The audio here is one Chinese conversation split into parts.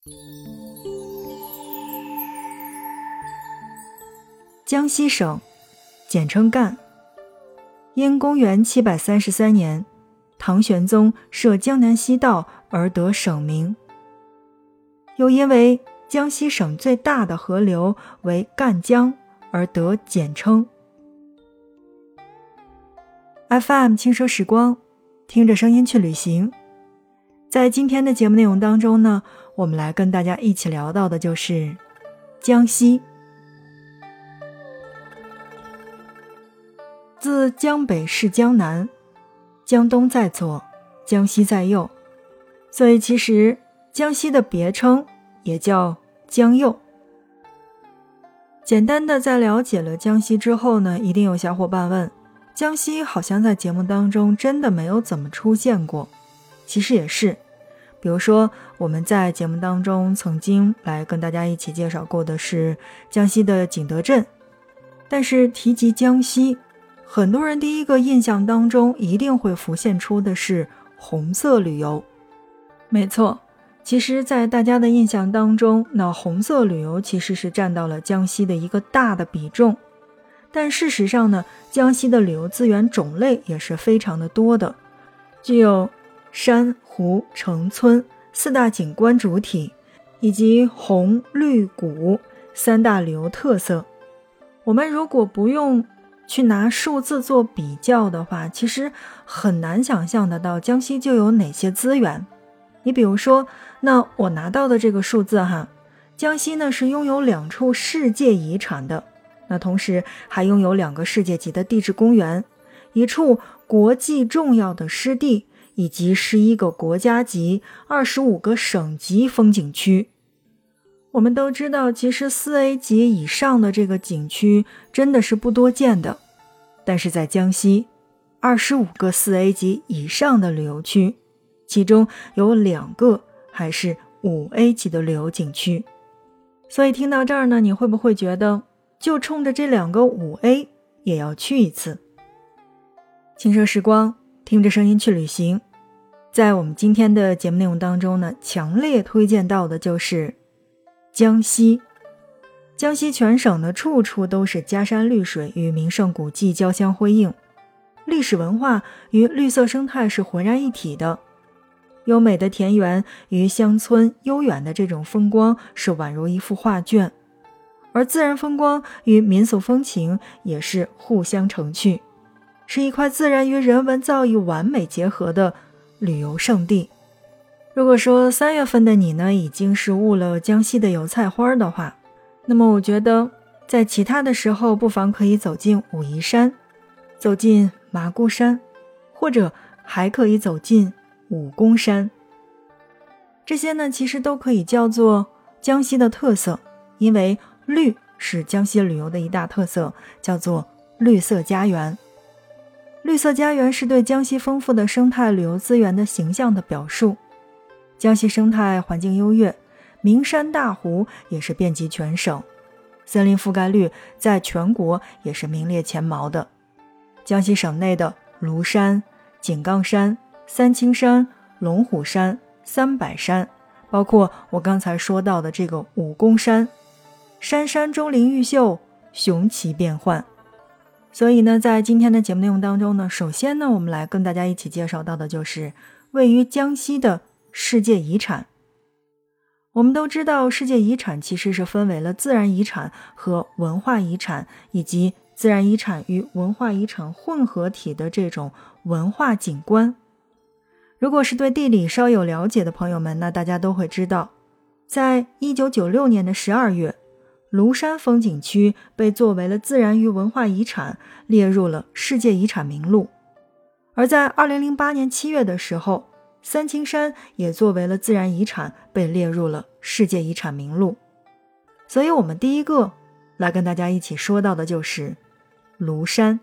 江西省，简称赣，因公元733年唐玄宗设江南西道而得省名，又因为江西省最大的河流为赣江而得简称。FM 轻奢时光，听着声音去旅行。在今天的节目内容当中呢，我们来跟大家一起聊到的就是江西。自江北是江南，江东在左，江西在右，所以其实江西的别称也叫江右。简单的在了解了江西之后呢，一定有小伙伴问，江西好像在节目当中真的没有怎么出现过。其实也是，比如说我们在节目当中曾经来跟大家一起介绍过的是江西的景德镇，但是提及江西，很多人第一个印象当中一定会浮现出的是红色旅游。没错，其实在大家的印象当中，那红色旅游其实是占到了江西的一个大的比重。但事实上呢，江西的旅游资源种类也是非常的多的，具有山湖城村四大景观主体，以及红绿古三大旅游特色。我们如果不用去拿数字做比较的话，其实很难想象得到江西就有哪些资源。你比如说，那我拿到的这个数字江西呢是拥有2处世界遗产的，那同时还拥有2个世界级的地质公园，1处国际重要的湿地，以及11个国家级、25个省级风景区。我们都知道，其实4A 级以上的这个景区真的是不多见的，但是在江西，25个4A 级以上的旅游区，其中有2个还是5A 级的旅游景区。所以听到这儿呢，你会不会觉得就冲着这2个5A 也要去一次？轻奢时光，听着声音去旅行。在我们今天的节目内容当中呢，强烈推荐到的就是江西。江西全省呢，处处都是嘉山绿水与名胜古迹交相辉映，历史文化与绿色生态是浑然一体的，优美的田园与乡村悠远的这种风光是宛如一幅画卷，而自然风光与民俗风情也是互相成趣，是一块自然与人文造诣完美结合的旅游胜地。如果说3月份的你呢，已经是误了江西的油菜花的话，那么我觉得在其他的时候不妨可以走进武夷山，走进麻姑山，或者还可以走进武功山。这些呢其实都可以叫做江西的特色，因为绿是江西旅游的一大特色，叫做绿色家园。绿色家园是对江西丰富的生态旅游资源的形象的表述。江西生态环境优越，名山大湖也是遍及全省，森林覆盖率在全国也是名列前茅的。江西省内的庐山、井冈山、三清山、龙虎山、300山，包括我刚才说到的这个武功山，山山钟灵毓秀，雄奇变幻。所以呢，在今天的节目内容当中呢，首先呢，我们来跟大家一起介绍到的就是位于江西的世界遗产。我们都知道，世界遗产其实是分为了自然遗产和文化遗产，以及自然遗产与文化遗产混合体的这种文化景观。如果是对地理稍有了解的朋友们，那大家都会知道，在1996年的12月，庐山风景区被作为了自然与文化遗产列入了世界遗产名录。而在2008年7月的时候，三清山也作为了自然遗产被列入了世界遗产名录。所以我们第一个来跟大家一起说到的就是庐山。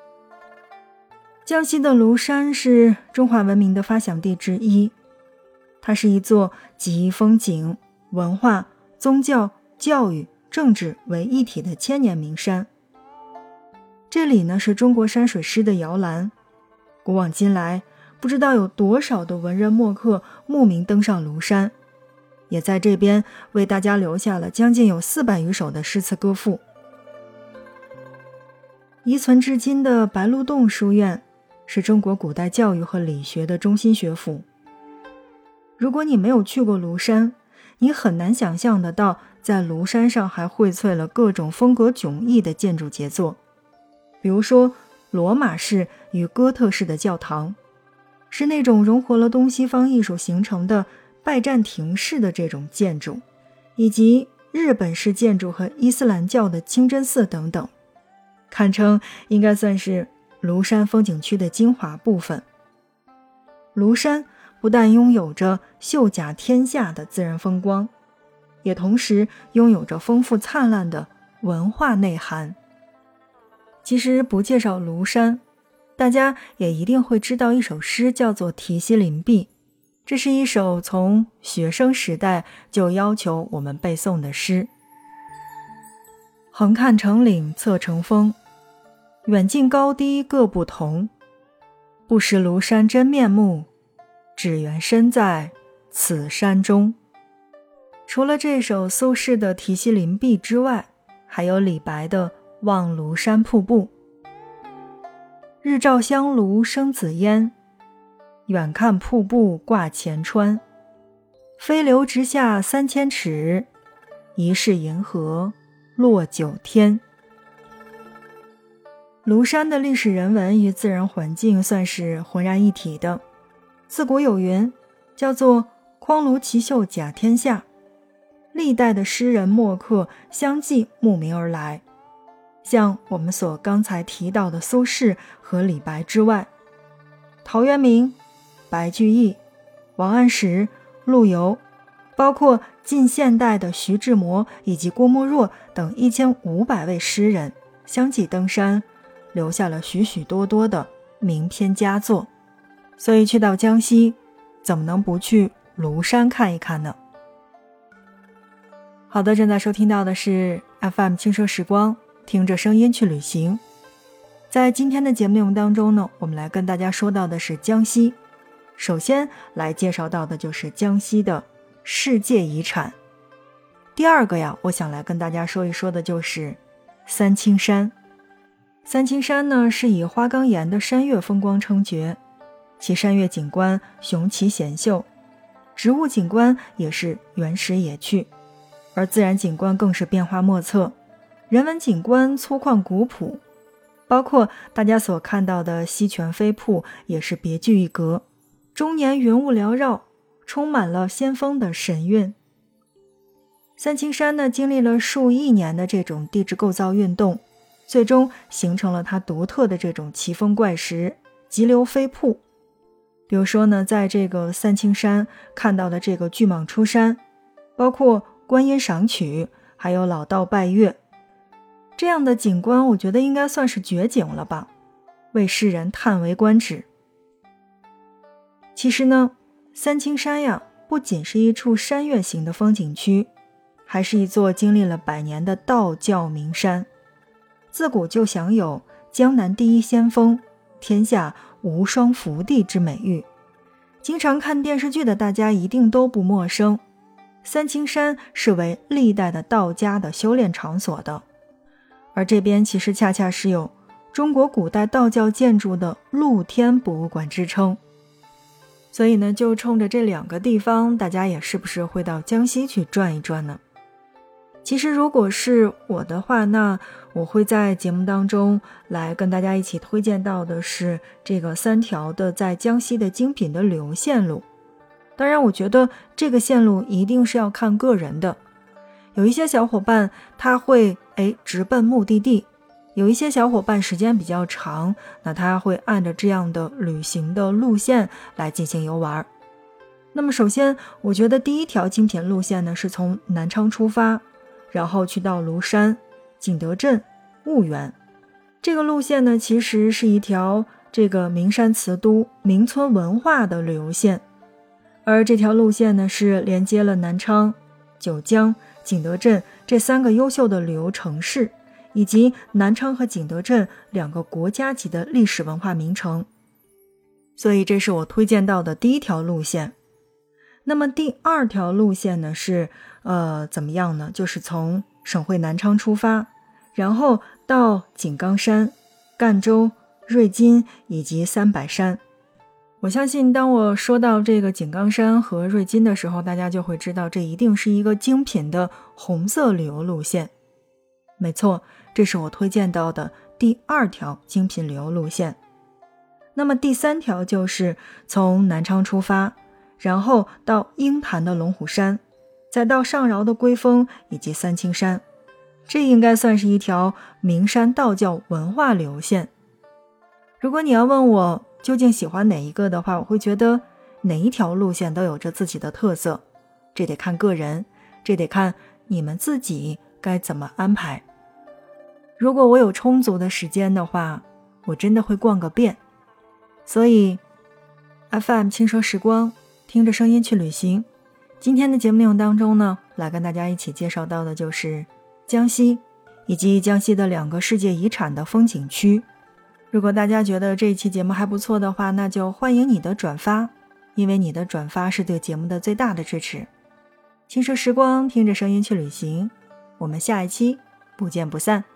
江西的庐山是中华文明的发祥地之一，它是一座集风景、文化、宗教、教育、政治为一体的千年名山。这里呢是中国山水诗的摇篮，古往今来不知道有多少的文人墨客慕名登上庐山， 也在这边为大家留下了将近有400余首的诗词歌赋。遗存至今的白鹿洞书院是中国古代教育和理学的中心学府。如果你没有去过庐山，你很难想象得到在庐山上还荟萃了各种风格迥异的建筑杰作，比如说罗马式与哥特式的教堂，是那种融合了东西方艺术形成的拜占庭式的这种建筑，以及日本式建筑和伊斯兰教的清真寺等等，堪称应该算是庐山风景区的精华部分。庐山不但拥有着秀甲天下的自然风光，也同时拥有着丰富灿烂的文化内涵。其实不介绍庐山，大家也一定会知道一首诗，叫做《题西林壁》。这是一首从学生时代就要求我们背诵的诗。横看成岭侧成峰，远近高低各不同。不识庐山真面目，只缘身在此山中。除了这首苏轼的《题西林壁》之外，还有李白的《望庐山瀑布》。日照香炉生紫烟，远看瀑布挂前川。飞流直下3000尺，疑是银河落九天。庐山的历史人文与自然环境算是浑然一体的。自古有云，叫做匡庐奇秀甲天下，历代的诗人墨客相继慕名而来。像我们所刚才提到的苏轼和李白之外，陶渊明、白居易、王安石、陆游，包括近现代的徐志摩以及郭沫若等1500位诗人相继登山，留下了许许多多的名篇佳作。所以去到江西，怎么能不去庐山看一看呢？好的，正在收听到的是 FM 轻奢时光，听着声音去旅行。在今天的节目内容当中呢，我们来跟大家说到的是江西。首先来介绍到的就是江西的世界遗产。第二个呀，我想来跟大家说一说的就是三清山。三清山呢，是以花岗岩的山岳风光称绝，其山岳景观雄奇险秀，植物景观也是原始野趣，而自然景观更是变化莫测，人文景观粗犷古朴，包括大家所看到的西泉飞瀑也是别具一格，终年云雾缭绕，充满了仙风的神韵。三清山呢，经历了数亿年的这种地质构造运动，最终形成了它独特的这种奇峰怪石急流飞瀑。比如说呢，在这个三清山看到的这个巨蟒出山，包括观音赏曲，还有老道拜月，这样的景观我觉得应该算是绝景了吧，为世人叹为观止。其实呢，三清山呀，不仅是一处山岳型的风景区，还是一座经历了100年的道教名山，自古就享有江南第一仙峰、天下无双福地之美誉。经常看电视剧的大家一定都不陌生，三清山是为历代的道家的修炼场所的，而这边其实恰恰是有中国古代道教建筑的露天博物馆之称。所以呢，就冲着这2个地方，大家也是不是会到江西去转一转呢？其实如果是我的话，那我会在节目当中来跟大家一起推荐到的是这个3条的在江西的精品的旅游线路。当然我觉得这个线路一定是要看个人的，有一些小伙伴他会直奔目的地，有一些小伙伴时间比较长，那他会按着这样的旅行的路线来进行游玩。那么首先我觉得第一条精品路线呢，是从南昌出发，然后去到庐山、景德镇、婺源。这个路线呢，其实是一条这个名山词都、名村文化的旅游线。而这条路线呢，是连接了南昌、九江、景德镇这3个优秀的旅游城市，以及南昌和景德镇2个国家级的历史文化名城。所以这是我推荐到的第一条路线。 那么第2条路线呢是怎么样呢？就是从省会南昌出发，然后到井冈山、赣州、瑞金以及三百山。我相信当我说到这个井冈山和瑞金的时候，大家就会知道这一定是一个精品的红色旅游路线。没错，这是我推荐到的第2条精品旅游路线。那么第3条就是从南昌出发，然后到鹰潭的龙虎山，再到上饶的龟峰以及三清山。这应该算是一条名山道教文化旅游线。如果你要问我究竟喜欢哪一个的话，我会觉得哪一条路线都有着自己的特色，这得看个人，这得看你们自己该怎么安排。如果我有充足的时间的话，我真的会逛个遍。所以 FM 轻奢时光，听着声音去旅行。今天的节目内容当中呢，来跟大家一起介绍到的就是江西以及江西的2个世界遗产的风景区。如果大家觉得这一期节目还不错的话，那就欢迎你的转发，因为你的转发是对节目的最大的支持。轻奢时光，听着声音去旅行，我们下一期不见不散。